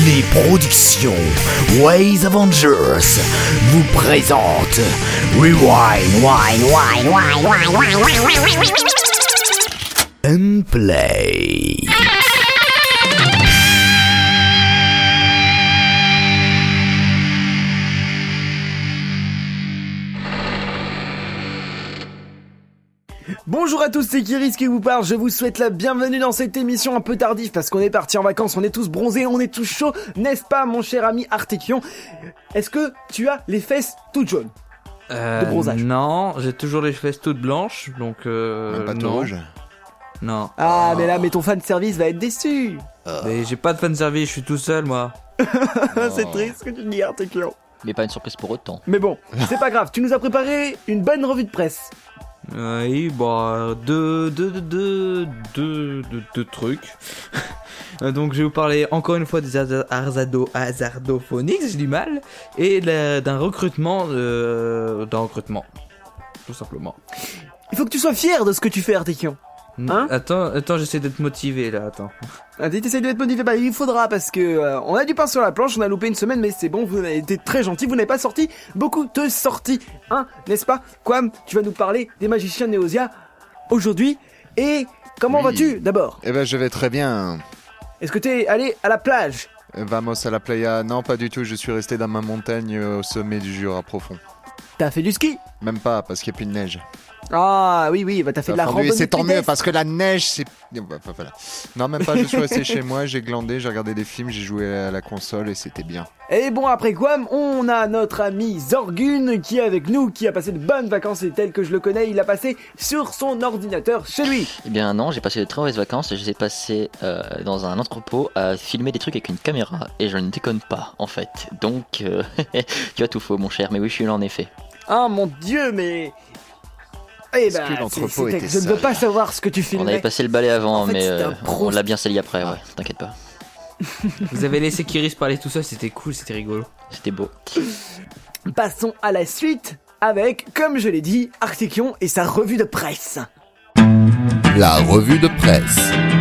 Les productions Ways Avengers vous présentent Rewind, and Play. Bonjour à tous, c'est Kiris qui vous parle, je vous souhaite la bienvenue dans cette émission un peu tardive parce qu'on est parti en vacances, on est tous bronzés, on est tous chauds, n'est-ce pas mon cher ami Artekion? Est-ce que tu as les fesses toutes jaunes de bronzage? Non, j'ai toujours les fesses toutes blanches, donc Même pas tout non. rouge. Non. Ah mais là, mais ton fan de service va être déçu. Mais j'ai pas de fanservice, je suis tout seul moi. C'est triste ce que tu dis Artekion. Mais pas une surprise pour autant. Mais bon, c'est pas grave, tu nous as préparé une bonne revue de presse. Oui, bon, deux trucs. Donc je vais vous parler encore une fois des Azardophonics, j'ai du mal, et d'un recrutement, tout simplement. Il faut que tu sois fier de ce que tu fais Artekion. Hein? Attends, j'essaie d'être motivé là, attends. Ah, t'essayes de être motivé, bah il faudra parce que on a du pain sur la planche, on a loupé une semaine mais c'est bon, vous avez été très gentil, vous n'avez pas sorti beaucoup de sorties, hein, n'est-ce pas? Quam, tu vas nous parler des magiciens de Neosia aujourd'hui, et comment Oui. vas-tu d'abord? Eh ben je vais très bien. Est-ce que t'es allé à la plage? Vamos à la playa. Non, pas du tout, je suis resté dans ma montagne au sommet du Jura profond. T'as fait du ski? Même pas, parce qu'il n'y a plus de neige. Ah oui, bah t'as fait de la randonnée. Et c'est tant mieux, pédestre. parce que la neige, c'est... Enfin, voilà. Non, même pas, je suis resté chez moi, j'ai glandé, j'ai regardé des films, j'ai joué à la console et c'était bien. Et bon, après Quam, on a notre ami Zorgun qui est avec nous, qui a passé de bonnes vacances et tel que je le connais, il a passé sur son ordinateur chez lui. Eh bien non, j'ai passé de très mauvaises vacances. Je les ai passées dans un entrepôt à filmer des trucs avec une caméra. Et je ne déconne pas, en fait. Donc, tu as tout faux, mon cher. Mais oui, je suis là en effet. Ah mon dieu, mais... Eh Est-ce ben, que l'entrepôt était je ne veux sale pas savoir ce que tu filmais. On avait passé le balai avant, En fait, mais c'était un pro. on l'a bien sali après, ouais. T'inquiète pas. Vous avez laissé Kiris parler tout seul, c'était cool, c'était rigolo. C'était beau. Passons à la suite avec, comme je l'ai dit, Artekion et sa revue de presse. La revue de presse.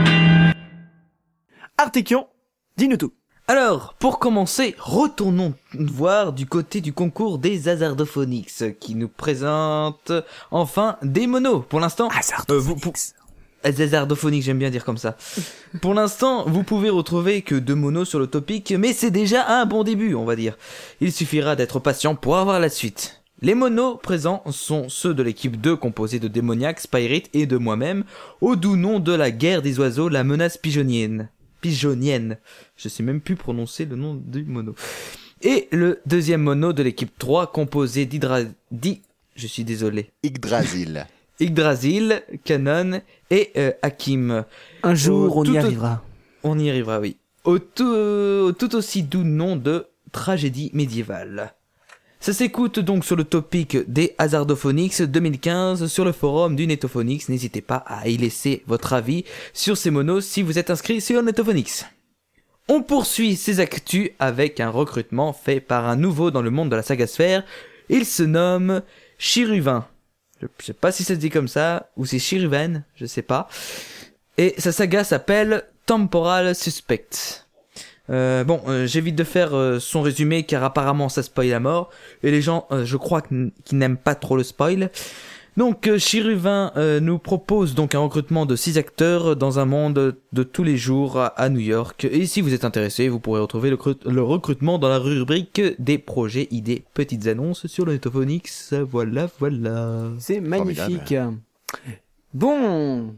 Artekion, dis-nous tout. Alors, pour commencer, retournons voir du côté du concours des Azardophonics, qui nous présente enfin des monos. Pour l'instant, Azardophonics, j'aime bien dire comme ça. Pour l'instant, vous pouvez retrouver que 2 monos sur le topic, mais c'est déjà un bon début, on va dire. Il suffira d'être patient pour avoir la suite. Les monos présents sont ceux de l'équipe 2 composée de Démoniac, Spyrite et de moi-même, au doux nom de la guerre des oiseaux, la menace pigeonnienne. Je sais même plus prononcer le nom du mono. Et le deuxième mono de l'équipe 3 composé je suis désolé. Yggdrasil. Yggdrasil, Canon et Hakim. Un jour, on tout y arrivera. On y arrivera, oui. Au tout aussi doux nom de tragédie médiévale. Ça s'écoute donc sur le topic des Azardophonics 2015 sur le forum du Netophonics. N'hésitez pas à y laisser votre avis sur ces monos si vous êtes inscrit sur Netophonics. On poursuit ces actus avec un recrutement fait par un nouveau dans le monde de la saga sphère. Il se nomme Chiruvin. Je sais pas si ça se dit comme ça, ou c'est Chiruvin, je sais pas. Et sa saga s'appelle Temporal Suspect. J'évite de faire son résumé car apparemment ça spoil à mort. Et les gens, je crois, qui n'aiment pas trop le spoil. Donc Chiruvin nous propose donc un recrutement de 6 acteurs dans un monde de tous les jours à New York. Et si vous êtes intéressé, vous pourrez retrouver le recrutement dans la rubrique des projets, idées, petites annonces sur le Netophonics. Voilà. C'est magnifique. Bon.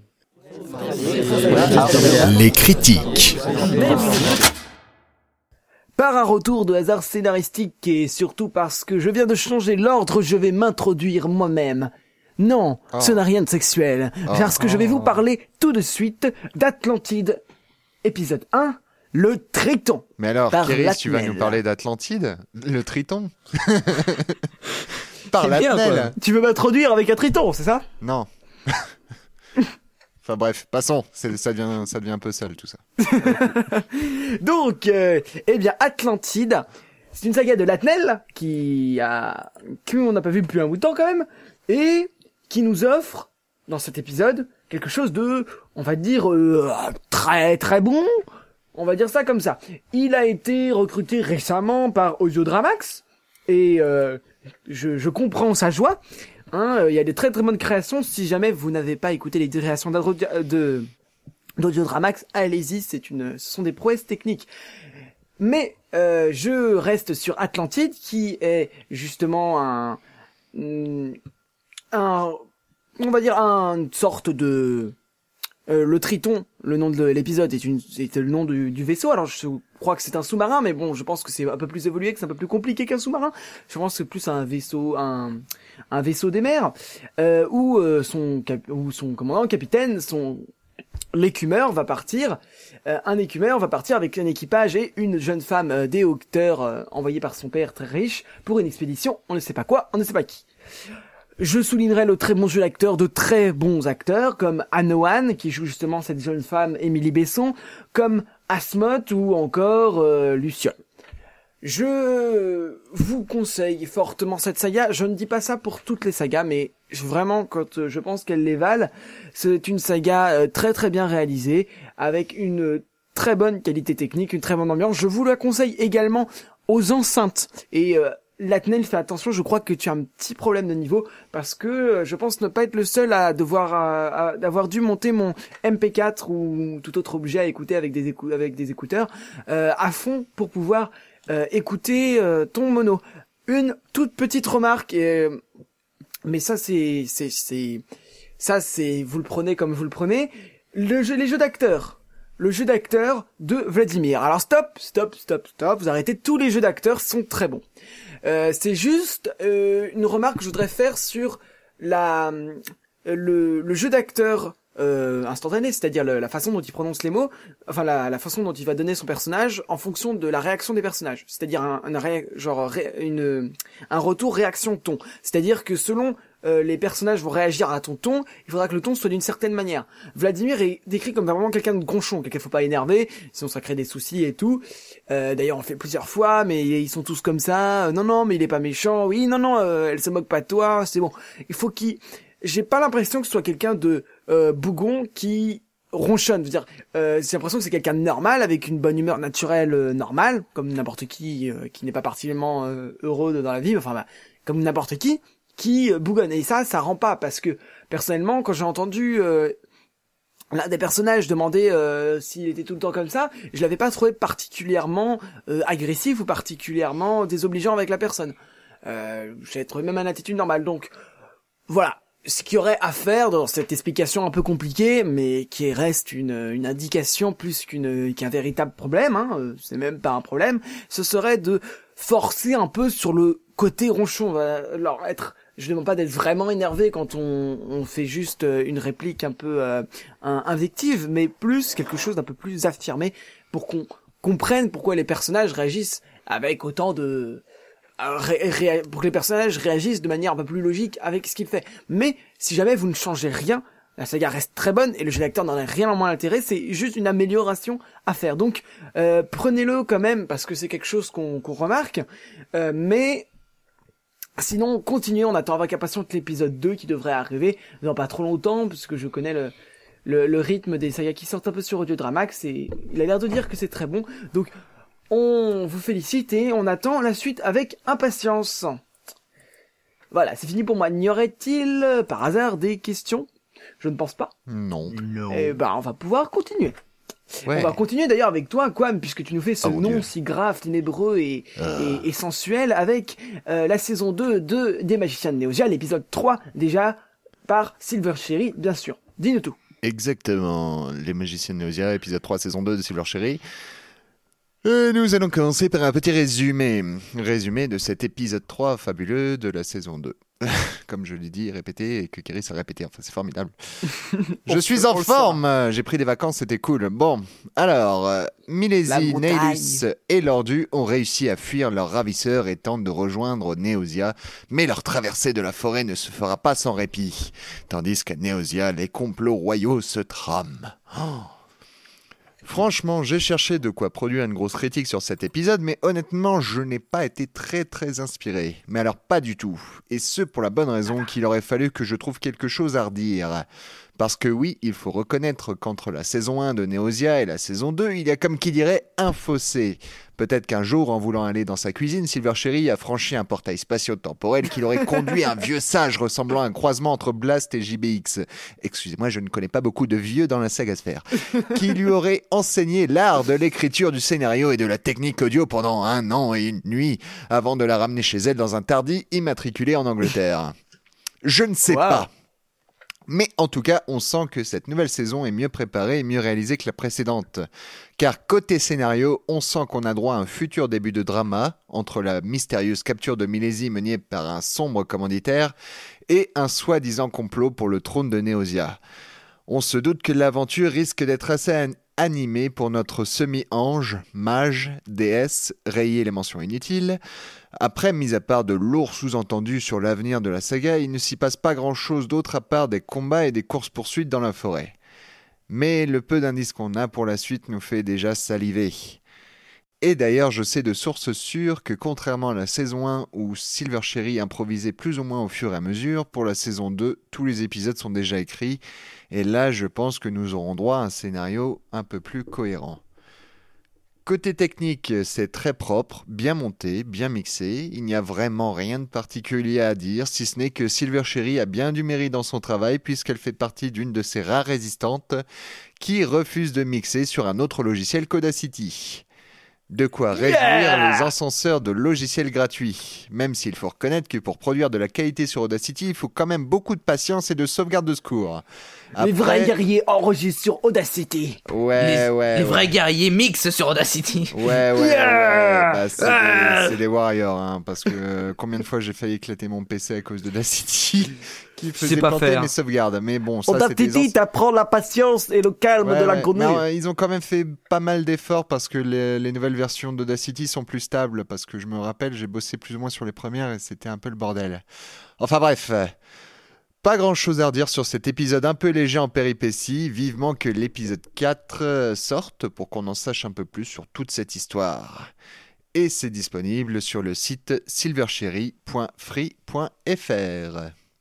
Les critiques. Par un retour de hasard scénaristique et surtout parce que je viens de changer l'ordre, je vais m'introduire moi-même. Non, ce n'a rien de sexuel, parce que je vais vous parler tout de suite d'Atlantide, épisode 1, le Triton. Mais alors, Par Kiris, tu vas Latnel. nous parler d'Atlantide? Le Triton? Par C'est bien, Latnel? quoi. Tu veux m'introduire avec un Triton, c'est ça? Non. Enfin bref, passons, ça devient un peu sale tout ça. Donc, Atlantide, c'est une saga de Latnel qu'on n'a pas vu depuis un bout de temps quand même, et qui nous offre, dans cet épisode, quelque chose de, on va dire, très très bon, On va dire ça comme ça. Il a été recruté récemment par Audiodramax et je comprends sa joie. Il y a des très très bonnes créations. Si jamais vous n'avez pas écouté les créations d'Audiodramax, allez-y, ce sont des prouesses techniques. Mais je reste sur Atlantide, qui est justement on va dire une sorte de le Triton. Le nom de l'épisode est le nom du vaisseau. Alors je crois que c'est un sous-marin, mais bon, je pense que c'est un peu plus évolué, que c'est un peu plus compliqué qu'un sous-marin. Je pense que c'est plus un vaisseau, un vaisseau des mers, où son commandant, capitaine, l'écumeur va partir. Un écumeur va partir avec un équipage et une jeune femme déocteur envoyée par son père très riche pour une expédition. On ne sait pas quoi, on ne sait pas qui. Je soulignerai le très bon jeu d'acteur de très bons acteurs comme Anoan qui joue justement cette jeune femme Émilie Besson, comme Asmoth ou encore Luciole. Je vous conseille fortement cette saga. Je ne dis pas ça pour toutes les sagas, mais vraiment quand je pense qu'elle les valent, c'est une saga très très bien réalisée avec une très bonne qualité technique, une très bonne ambiance. Je vous la conseille également aux enceintes et Latnel, fais attention, je crois que tu as un petit problème de niveau parce que je pense ne pas être le seul à d'avoir dû monter mon MP4 ou tout autre objet à écouter avec des écouteurs à fond pour pouvoir écouter ton mono. Une toute petite remarque, mais ça c'est vous le prenez comme vous le prenez. Les jeux d'acteurs. Le jeu d'acteurs de Vladimir. Alors stop, vous arrêtez, tous les jeux d'acteurs sont très bons. C'est juste une remarque que je voudrais faire sur le jeu d'acteur instantané, c'est-à-dire la façon dont il prononce les mots, enfin la façon dont il va donner son personnage en fonction de la réaction des personnages, c'est-à-dire un retour réaction ton, c'est-à-dire que selon les personnages vont réagir à ton ton, il faudra que le ton soit d'une certaine manière. Vladimir est décrit comme vraiment quelqu'un de gonchon, quelqu'un qu'il faut pas énerver, sinon ça crée des soucis et tout. D'ailleurs on le fait plusieurs fois, mais ils sont tous comme ça. Non, mais il est pas méchant. Oui, non, elle se moque pas de toi. C'est bon. J'ai pas l'impression que ce soit quelqu'un de bougon qui ronchonne. Je veux dire, j'ai l'impression que c'est quelqu'un de normal avec une bonne humeur naturelle normale, comme n'importe qui n'est pas particulièrement heureux dans la vie. Enfin, comme n'importe qui bougonne. Et ça rend pas, parce que personnellement, quand j'ai entendu l'un des personnages demander s'il était tout le temps comme ça, je l'avais pas trouvé particulièrement agressif ou particulièrement désobligeant avec la personne. J'ai trouvé même une attitude normale. Donc voilà, ce qu'il y aurait à faire dans cette explication un peu compliquée, mais qui reste une indication plus qu'un véritable problème, c'est même pas un problème, ce serait de forcer un peu sur le côté ronchon. Alors je demande pas d'être vraiment énervé quand on fait juste une réplique un peu invective, mais plus quelque chose d'un peu plus affirmé pour qu'on comprenne pourquoi les personnages réagissent avec autant de pour que les personnages réagissent de manière un peu plus logique avec ce qu'il fait. Mais si jamais vous ne changez rien, la saga reste très bonne et le jeu d'acteur n'en a rien en moins d'intérêt, c'est juste une amélioration à faire. Donc prenez-le quand même parce que c'est quelque chose qu'on remarque, mais sinon continuez, on attend avec impatience l'épisode 2 qui devrait arriver dans pas trop longtemps, puisque je connais le rythme des sagas qui sortent un peu sur Audiodramax et il a l'air de dire que c'est très bon. Donc on vous félicite et on attend la suite avec impatience. Voilà, c'est fini pour moi. N'y aurait-il par hasard des questions ? Je ne pense pas. Non. Eh ben, on va pouvoir continuer. Ouais. On va continuer d'ailleurs avec toi, Quam, puisque tu nous fais ce mon nom Dieu. si grave, ténébreux et sensuel, avec la saison 2 des Magiciens de Neosia, l'épisode 3 déjà, par Silver Cherry, bien sûr. Dis-nous tout. Exactement. Les Magiciens de Neosia, épisode 3, saison 2 de Silver Cherry. Nous allons commencer par un petit résumé de cet épisode 3 fabuleux de la saison 2. Comme je l'ai dit, répété, et que Kéris a répété, enfin c'est formidable. Je suis en forme, j'ai pris des vacances, c'était cool. Bon, alors, Milesi, Neilus et Lordu ont réussi à fuir leur ravisseur et tentent de rejoindre Neosia, mais leur traversée de la forêt ne se fera pas sans répit, tandis qu'à Neosia, les complots royaux se trament. Franchement, j'ai cherché de quoi produire une grosse critique sur cet épisode, mais honnêtement, je n'ai pas été très inspiré. Mais alors pas du tout. Et ce pour la bonne raison qu'il aurait fallu que je trouve quelque chose à redire. Parce que oui, il faut reconnaître qu'entre la saison 1 de Neosia et la saison 2, il y a comme qui dirait un fossé. Peut-être qu'un jour, en voulant aller dans sa cuisine, Silver Cherry a franchi un portail spatio-temporel qui l'aurait conduit à un vieux sage ressemblant à un croisement entre Blast et JBX. Excusez-moi, je ne connais pas beaucoup de vieux dans la saga Sphère. Qui lui aurait enseigné l'art de l'écriture du scénario et de la technique audio pendant 1 an et 1 nuit, avant de la ramener chez elle dans un tardi immatriculé en Angleterre. Je ne sais pas. Mais en tout cas, on sent que cette nouvelle saison est mieux préparée et mieux réalisée que la précédente. Car côté scénario, on sent qu'on a droit à un futur début de drama entre la mystérieuse capture de Milesi menée par un sombre commanditaire et un soi-disant complot pour le trône de Neosia. On se doute que l'aventure risque d'être assez animée pour notre semi-ange, mage, déesse, rayer les mentions inutiles. Après, mis à part de lourds sous-entendus sur l'avenir de la saga, il ne s'y passe pas grand-chose d'autre à part des combats et des courses-poursuites dans la forêt. Mais le peu d'indices qu'on a pour la suite nous fait déjà saliver. Et d'ailleurs, je sais de sources sûres que contrairement à la saison 1 où Silver Cherry improvisait plus ou moins au fur et à mesure, pour la saison 2, tous les épisodes sont déjà écrits. Et là, je pense que nous aurons droit à un scénario un peu plus cohérent. Côté technique, c'est très propre, bien monté, bien mixé. Il n'y a vraiment rien de particulier à dire, si ce n'est que Silver Cherry a bien du mérite dans son travail puisqu'elle fait partie d'une de ces rares résistantes qui refuse de mixer sur un autre logiciel qu'Audacity. De quoi réduire les encenseurs de logiciels gratuits. Même s'il faut reconnaître que pour produire de la qualité sur Audacity, il faut quand même beaucoup de patience et de sauvegarde de secours. Après... Les vrais guerriers enregistrent sur Audacity. Les vrais guerriers mixent sur Audacity. Bah, c'est des warriors, hein, parce que combien de fois j'ai failli éclater mon PC à cause d'Audacity qui faisait planter mes sauvegardes. Mais bon, ça Audacity t'apprend la patience et le calme de la grenouille. Ils ont quand même fait pas mal d'efforts parce que les nouvelles versions d'Audacity sont plus stables, parce que je me rappelle, j'ai bossé plus ou moins sur les premières et c'était un peu le bordel. Enfin bref... Pas grand chose à redire sur cet épisode un peu léger en péripéties, vivement que l'épisode 4 sorte pour qu'on en sache un peu plus sur toute cette histoire. Et c'est disponible sur le site silvercherry.free.fr.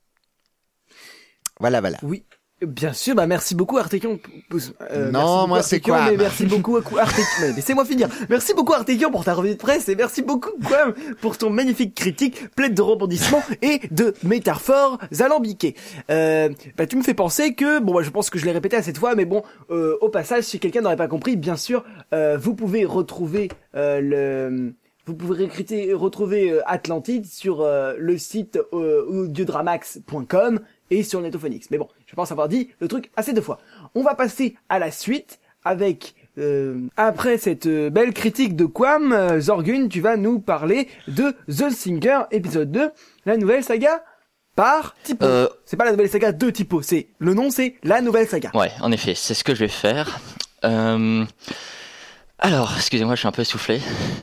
Voilà. Oui. Bien sûr, merci beaucoup Artekion. Non, moi c'est quoi mais merci beaucoup Artekion. Laissez-moi finir. Merci beaucoup Artekion pour ta revue de presse et merci beaucoup Quam pour ton magnifique critique pleine de rebondissements et de métaphores alambiquées. Tu me fais penser que je pense que je l'ai répété à cette fois, mais bon, au passage, si quelqu'un n'aurait pas compris, bien sûr, vous pouvez retrouver retrouver Atlantide sur le site audiodramax.com et sur Netophonix. Mais bon, je pense avoir dit le truc assez de fois. On va passer à la suite avec... après cette belle critique de Quam, Zorgun, tu vas nous parler de The Singer, épisode 2, la nouvelle saga par Typo. C'est pas la nouvelle saga de Typo, le nom c'est la nouvelle saga. Ouais, en effet, c'est ce que je vais faire. Alors, excusez-moi, je suis un peu essoufflé.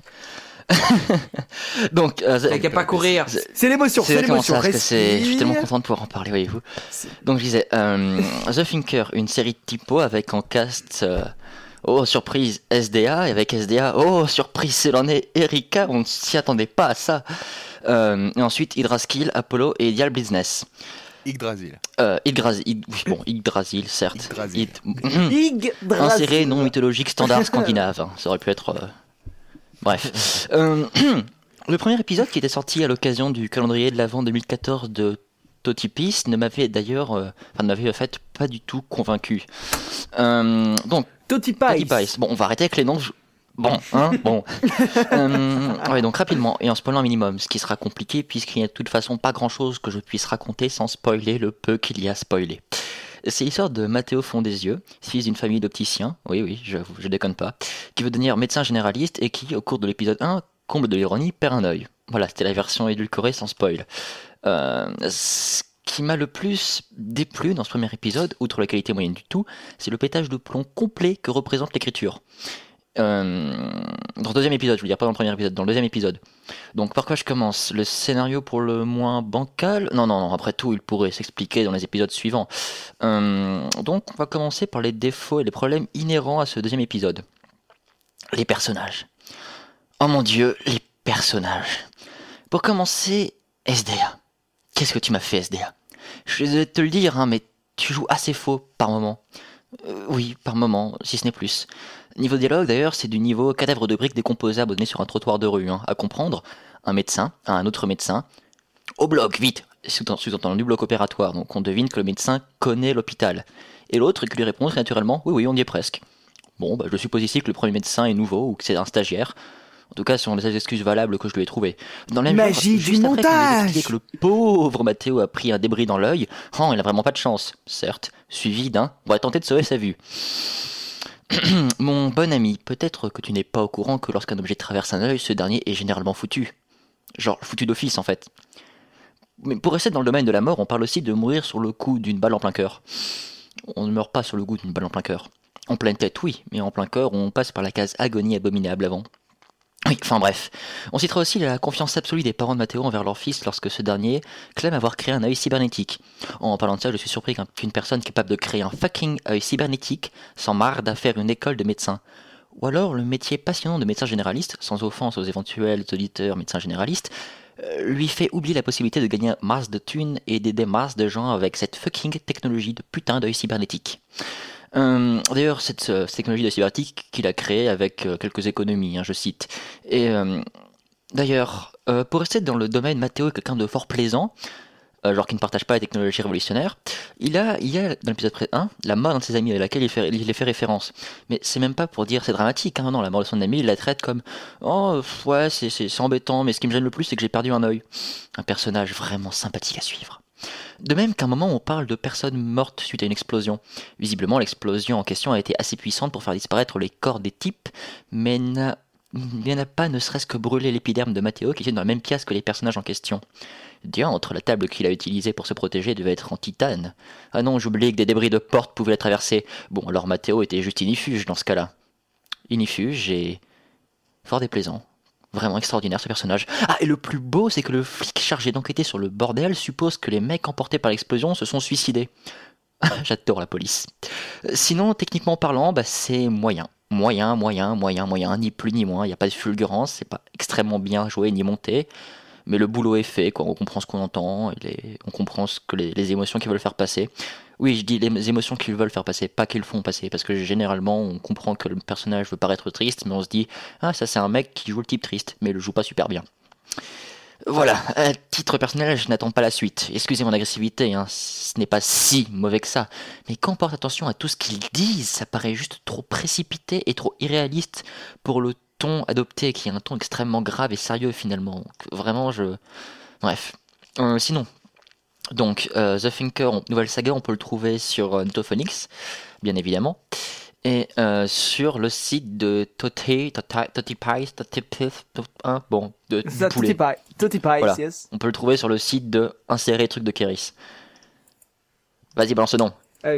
Donc, t'as qu'à pas courir. C'est l'émotion, c'est l'émotion. Je suis tellement content de pouvoir en parler, voyez-vous. Donc, je disais, The Thinker, une série de Typo avec en cast, surprise, SDA, et avec SDA, surprise, c'est l'en est Erika, on ne s'y attendait pas à ça. Et ensuite, Hydraskill, Apollo et Dial Business. Yggdrasil. Yggdrasil, certes. Yggdrasil. Inséré non mythologique standard scandinave, hein. Ça aurait pu être... Bref. Le premier épisode qui était sorti à l'occasion du calendrier de l'Avent 2014 de Totipis ne m'avait en fait pas du tout convaincu. Donc, Totipis. Bon, on va arrêter avec les noms. Donc rapidement et en spoilant un minimum, ce qui sera compliqué puisqu'il n'y a de toute façon pas grand chose que je puisse raconter sans spoiler le peu qu'il y a spoilé. C'est l'histoire de Matteo Fondesieux, fils d'une famille d'opticiens, oui, je déconne pas, qui veut devenir médecin généraliste et qui, au cours de l'épisode 1, comble de l'ironie, perd un œil. Voilà, c'était la version édulcorée sans spoil. Ce qui m'a le plus déplu dans ce premier épisode, outre la qualité moyenne du tout, c'est le pétage de plomb complet que représente l'écriture. Dans le deuxième épisode, je veux dire, pas dans le premier épisode, dans le deuxième épisode. Donc par quoi je commence ? Le scénario pour le moins bancal ? Non, après tout, il pourrait s'expliquer dans les épisodes suivants. Donc on va commencer par les défauts et les problèmes inhérents à ce deuxième épisode. Les personnages. Oh mon Dieu, les personnages. Pour commencer, SDA. Qu'est-ce que tu m'as fait, SDA ? Je suis désolé de te le dire, hein, mais tu joues assez faux par moment. Oui, par moment, si ce n'est plus. Niveau dialogue, d'ailleurs, c'est du niveau cadavre de briques décomposé abandonné sur un trottoir de rue. À comprendre, un médecin à un autre médecin. Au bloc, vite! Sous-entendu bloc opératoire, donc on devine que le médecin connaît l'hôpital. Et l'autre qui lui répond très naturellement, oui, on y est presque. Bon, je suppose ici que le premier médecin est nouveau ou que c'est un stagiaire. En tout cas, ce sont les excuses valables que je lui ai trouvées. Dans la Magie du juste après qu'il nous montage. expliqué que le pauvre Matteo a pris un débris dans l'œil, il a vraiment pas de chance, certes, suivi d'un « on va tenter de sauver sa vue ». Mon bon ami, peut-être que tu n'es pas au courant que lorsqu'un objet traverse un œil, ce dernier est généralement foutu. Genre foutu d'office en fait. Mais pour rester dans le domaine de la mort, on parle aussi de mourir sur le coup d'une balle en plein cœur. On ne meurt pas sur le coup d'une balle en plein cœur. En pleine tête, oui, mais en plein cœur, on passe par la case agonie abominable avant. Oui, enfin bref. On citera aussi la confiance absolue des parents de Matteo envers leur fils lorsque ce dernier clame avoir créé un œil cybernétique. En parlant de ça, je suis surpris qu'une personne capable de créer un fucking œil cybernétique s'en marre à faire une école de médecin. Ou alors le métier passionnant de médecin généraliste, sans offense aux éventuels auditeurs médecins généralistes, lui fait oublier la possibilité de gagner masse de thunes et d'aider masse de gens avec cette fucking technologie de putain d'œil cybernétique. D'ailleurs, cette technologie de cybernétique qu'il a créée avec quelques économies, je cite. Et d'ailleurs, pour rester dans le domaine, Matteo est quelqu'un de fort plaisant, genre qui ne partage pas la technologie révolutionnaire. Il y a dans l'épisode 1 la mort d'un de ses amis à laquelle il fait référence. Mais c'est même pas pour dire c'est dramatique, non, la mort de son ami, il la traite comme oh ouais, c'est embêtant, mais ce qui me gêne le plus, c'est que j'ai perdu un œil. Un personnage vraiment sympathique à suivre. De même qu'à un moment on parle de personnes mortes suite à une explosion. Visiblement l'explosion en question a été assez puissante pour faire disparaître les corps des types, mais n'a pas ne serait-ce que brûlé l'épiderme de Matteo qui était dans la même pièce que les personnages en question. Diantre, la table qu'il a utilisée pour se protéger devait être en titane. Ah non, j'oubliais que des débris de porte pouvaient la traverser. Bon, alors Matteo était juste inifuge dans ce cas-là. Inifuge et fort déplaisant. Vraiment extraordinaire ce personnage. Ah, et le plus beau, c'est que le flic chargé d'enquêter sur le bordel suppose que les mecs emportés par l'explosion se sont suicidés. J'adore la police. Sinon, techniquement parlant, c'est moyen. Moyen, ni plus ni moins. Il n'y a pas de fulgurance, c'est pas extrêmement bien joué ni monté. Mais le boulot est fait, quoi. On comprend ce qu'on entend, on comprend ce que les émotions qu'ils veulent faire passer. Oui, je dis les émotions qu'ils veulent faire passer, pas qu'ils font passer, parce que généralement, on comprend que le personnage veut paraître triste, mais on se dit « Ah, ça c'est un mec qui joue le type triste, mais il le joue pas super bien. » Voilà, à titre personnel, je n'attends pas la suite. Excusez mon agressivité, ce n'est pas si mauvais que ça. Mais quand on porte attention à tout ce qu'ils disent, ça paraît juste trop précipité et trop irréaliste pour le ton adopté, qui est un ton extrêmement grave et sérieux finalement. Donc, vraiment, Bref. Sinon, donc, The Thinker, nouvelle saga, on peut le trouver sur Netophonix, bien évidemment. Et sur le site de Totipies, du poulet. Totipies, Voilà. yes. On peut le trouver sur le site de Insérer truc de Kéris. Vas-y, balance le nom.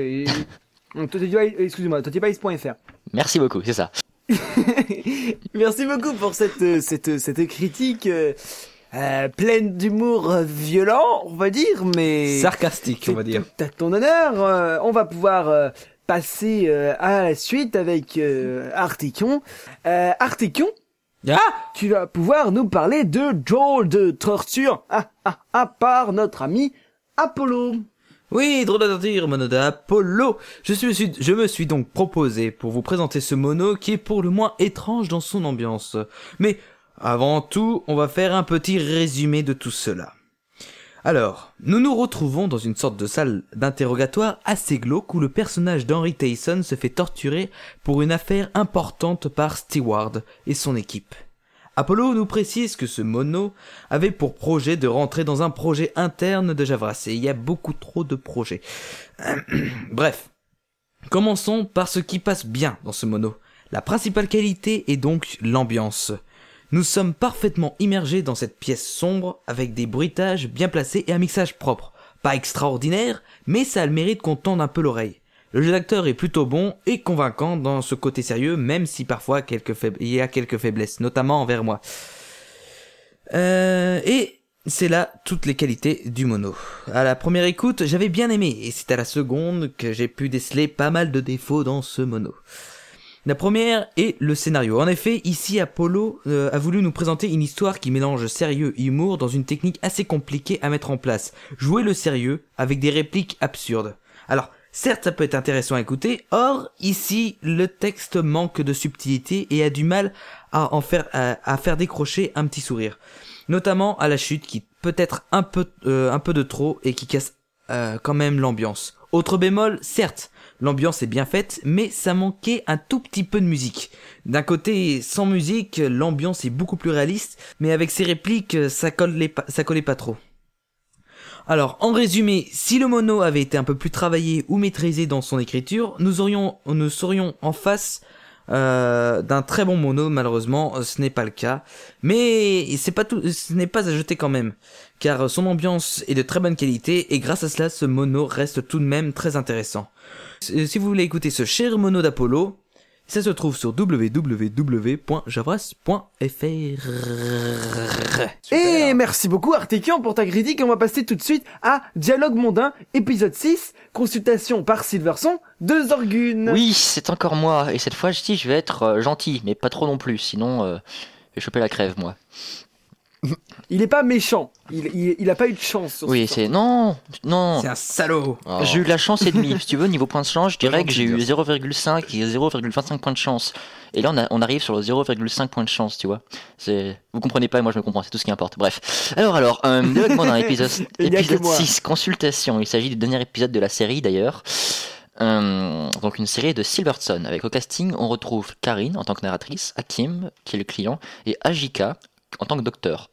Totipies.fr. Merci beaucoup, c'est ça. Merci beaucoup pour cette critique pleine d'humour violent, on va dire, mais Sarcastique, on va dire. tout à ton honneur. On va pouvoir passer à la suite avec Articon. Articon, tu vas pouvoir nous parler de drôle de torture par notre ami Apollo. Oui, drôle de dire, mono d'Apollo. Je me suis donc proposé pour vous présenter ce mono qui est pour le moins étrange dans son ambiance. Mais avant tout, on va faire un petit résumé de tout cela. Alors, nous nous retrouvons dans une sorte de salle d'interrogatoire assez glauque où le personnage d'Henry Tyson se fait torturer pour une affaire importante par Stewart et son équipe. Apollo nous précise que ce mono avait pour projet de rentrer dans un projet interne de Javras, et il y a beaucoup trop de projets. Bref, commençons par ce qui passe bien dans ce mono. La principale qualité est donc l'ambiance. Nous sommes parfaitement immergés dans cette pièce sombre, avec des bruitages bien placés et un mixage propre. Pas extraordinaire, mais ça a le mérite qu'on tende un peu l'oreille. Le jeu d'acteur est plutôt bon et convaincant dans ce côté sérieux, même si parfois il y a quelques faiblesses, notamment envers moi. Et c'est là toutes les qualités du mono. À la première écoute, j'avais bien aimé, et c'est à la seconde que j'ai pu déceler pas mal de défauts dans ce mono. La première est le scénario. En effet, ici Apollo a voulu nous présenter une histoire qui mélange sérieux et humour dans une technique assez compliquée à mettre en place. Jouer le sérieux avec des répliques absurdes. Alors, certes, ça peut être intéressant à écouter, or, ici, le texte manque de subtilité et a du mal à faire décrocher un petit sourire. Notamment à la chute qui peut être un peu de trop et qui casse quand même l'ambiance. Autre bémol, certes, l'ambiance est bien faite, mais ça manquait un tout petit peu de musique. D'un côté, sans musique, l'ambiance est beaucoup plus réaliste, mais avec ses répliques, ça collait pas trop. Alors, en résumé, si le mono avait été un peu plus travaillé ou maîtrisé dans son écriture, nous serions en face d'un très bon mono. Malheureusement, ce n'est pas le cas. Mais ce n'est pas à jeter quand même, car son ambiance est de très bonne qualité et grâce à cela, ce mono reste tout de même très intéressant. Si vous voulez écouter ce cher mono d'Apollo, ça se trouve sur www.javras.fr. Et merci beaucoup Artekian pour ta critique. On va passer tout de suite à Dialogue mondain, épisode 6, consultation par Silverson de Zorgun. Oui, c'est encore moi. Et cette fois, je vais être gentil, mais pas trop non plus. Sinon, je vais choper la crève, moi. Il est pas méchant. Il a pas eu de chance sur Oui, ce c'est... Non. C'est un salaud. Oh. J'ai eu de la chance et demie. Si tu veux, niveau point de chance, je dirais Pas que j'ai gentil, eu 0,5 et 0,25 points de chance. Et là, on arrive sur le 0,5 points de chance, tu vois. Vous comprenez pas, et moi je me comprends, c'est tout ce qui importe. Bref. Alors, Dialogue mondain, épisode Il y a que 6, consultation. Il s'agit du dernier épisode de la série, d'ailleurs. Donc une série de Silverson. Avec au casting, on retrouve Karine en tant que narratrice, Hakim, qui est le client, et Ajika en tant que docteur.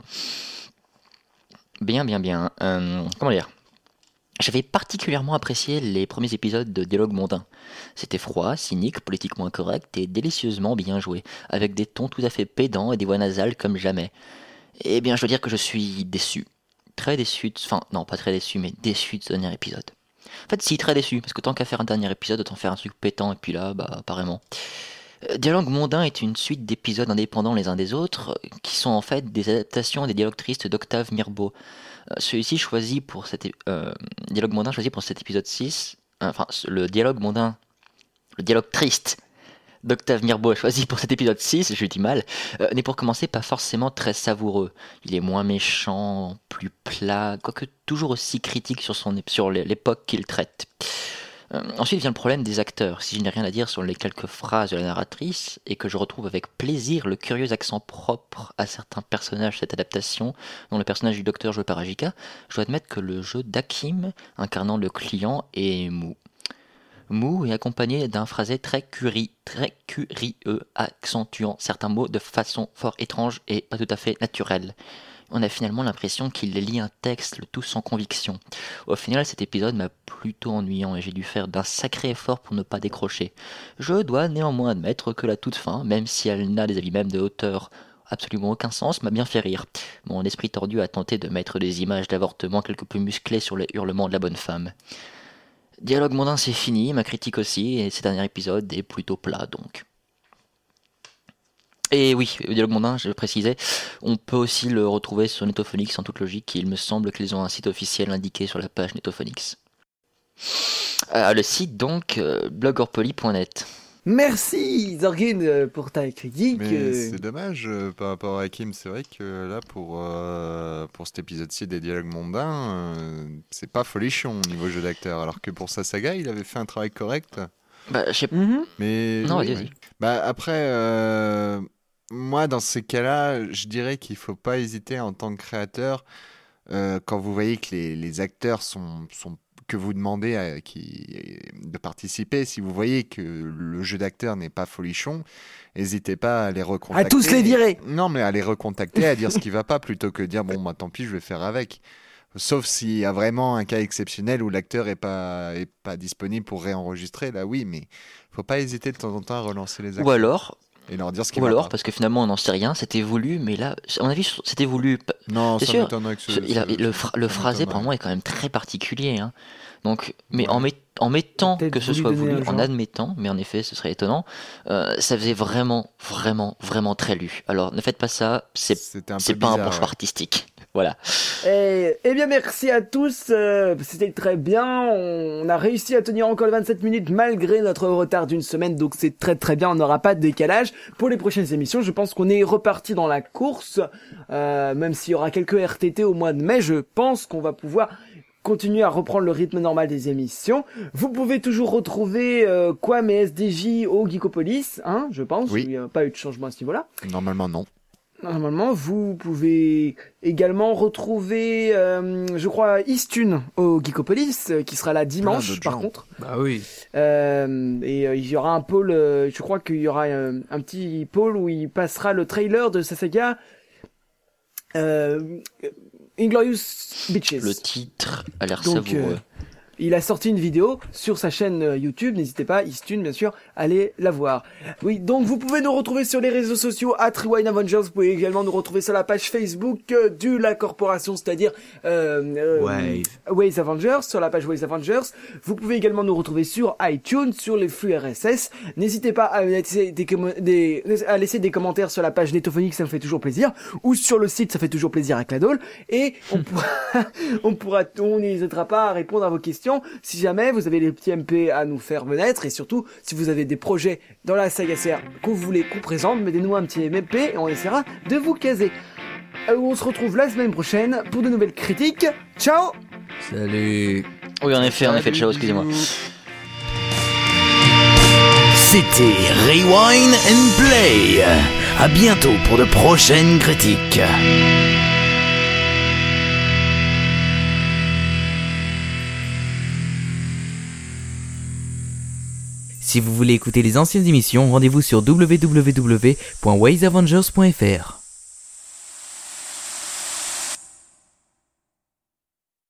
Bien. Comment dire ? J'avais particulièrement apprécié les premiers épisodes de Dialogue mondain. C'était froid, cynique, politiquement incorrect et délicieusement bien joué, avec des tons tout à fait pédants et des voix nasales comme jamais. Eh bien, je dois dire que je suis déçu. Très déçu, enfin, non, pas très déçu, mais déçu de ce dernier épisode. En fait, si, très déçu, parce que tant qu'à faire un dernier épisode, autant faire un truc pétant, et puis là, apparemment. Dialogue mondain est une suite d'épisodes indépendants les uns des autres, qui sont en fait des adaptations des dialogues tristes d'Octave Mirbeau. Celui-ci choisi pour Dialogue mondain choisi pour cet épisode 6, le dialogue triste d'Octave Mirbeau choisi pour cet épisode 6, je dis mal, n'est pour commencer pas forcément très savoureux. Il est moins méchant, plus plat, quoique toujours aussi critique sur l'époque qu'il traite. Ensuite vient le problème des acteurs. Si je n'ai rien à dire sur les quelques phrases de la narratrice, et que je retrouve avec plaisir le curieux accent propre à certains personnages de cette adaptation, dont le personnage du docteur joué par Ajika, je dois admettre que le jeu d'Hakim, incarnant le client, est mou. Mou et accompagné d'un phrasé très curieux, accentuant certains mots de façon fort étrange et pas tout à fait naturelle. On a finalement l'impression qu'il lit un texte, le tout sans conviction. Au final, cet épisode m'a plutôt ennuyant et j'ai dû faire d'un sacré effort pour ne pas décrocher. Je dois néanmoins admettre que la toute fin, même si elle n'a des avis même de hauteur absolument aucun sens, m'a bien fait rire. Mon esprit tordu a tenté de mettre des images d'avortement quelque peu musclées sur les hurlements de la bonne femme. Dialogue mondain, c'est fini, ma critique aussi, et ce dernier épisode est plutôt plat donc. Et oui, le Dialogue mondain, je le précisais, on peut aussi le retrouver sur Netophonix en toute logique, il me semble qu'ils ont un site officiel indiqué sur la page Netophonix. Le site donc, blogorpoly.net. Merci Zorgun pour ta critique. Mais c'est dommage par rapport à Hakim, c'est vrai que là pour cet épisode-ci des Dialogues mondains, c'est pas folichon au niveau jeu d'acteur, alors que pour sa saga, il avait fait un travail correct. Je sais pas. Mais Non, oui, vas-y. Après, moi dans ces cas-là, je dirais qu'il faut pas hésiter en tant que créateur quand vous voyez que les acteurs sont que vous demandez de participer, si vous voyez que le jeu d'acteur n'est pas folichon, n'hésitez pas à les recontacter. À tous les virer. Non, mais à les recontacter, à dire ce qui va pas, plutôt que de dire bon, tant pis, je vais faire avec. Sauf s'il y a vraiment un cas exceptionnel où l'acteur est pas disponible pour réenregistrer, là oui, mais faut pas hésiter de temps en temps à relancer les acteurs. Ou alors, et leur dire ce qui va pas. parce que finalement on n'en sait rien, c'était voulu, mais là, à mon avis, c'était voulu. Non, c'est ça sûr. m'étonnerait que Le phrasé, pour moi, est quand même très particulier. Hein. Donc, mais en mettant Peut-être que ce voulu soit donner voulu, un genre. en admettant, mais en effet, ce serait étonnant, ça faisait vraiment très lu. Alors, ne faites pas ça, c'est C'était un peu pas un bizarre, bon choix ouais. artistique. Voilà. Eh bien merci à tous, c'était très bien, on a réussi à tenir encore 27 minutes malgré notre retard d'une semaine, donc c'est très bien, on n'aura pas de décalage. Pour les prochaines émissions, je pense qu'on est reparti dans la course, même s'il y aura quelques RTT au mois de mai, je pense qu'on va pouvoir continuer à reprendre le rythme normal des émissions. Vous pouvez toujours retrouver Quam et SDJ au Geekopolis, hein, je pense. Oui. Il n'y a pas eu de changement à ce niveau-là. Normalement, non. Normalement, vous pouvez également retrouver, je crois, Istune au Geekopolis, qui sera là dimanche, d'autres par gens. contre. Bah oui. Il y aura un pôle, je crois qu'il y aura un petit pôle où il passera le trailer de sa saga Inglorious Bitches. Le titre a l'air Donc, savoureux. il a sorti une vidéo sur sa chaîne YouTube, n'hésitez pas, Istune bien sûr, allez la voir. Oui, donc vous pouvez nous retrouver sur les réseaux sociaux @Rewind Avengers, vous pouvez également nous retrouver sur la page Facebook de la corporation, c'est-à-dire Waze Avengers, sur la page Waze Avengers. Vous pouvez également nous retrouver sur iTunes, sur les flux RSS. N'hésitez pas à laisser des commentaires sur la page Netophonique, ça me fait toujours plaisir, ou sur le site, ça fait toujours plaisir avec la Dole, et on n'hésitera pas à répondre à vos questions si jamais vous avez des petits MP à nous faire connaître, et surtout si vous avez des projets dans la saga CR que vous voulez qu'on présente, mettez-nous un petit MP et on essaiera de vous caser. On se retrouve la semaine prochaine pour de nouvelles critiques. Ciao. Salut. Oui, en effet, ciao, excusez-moi. C'était Rewind and Play. À bientôt pour de prochaines critiques. Si vous voulez écouter les anciennes émissions, rendez-vous sur www.waysavengers.fr.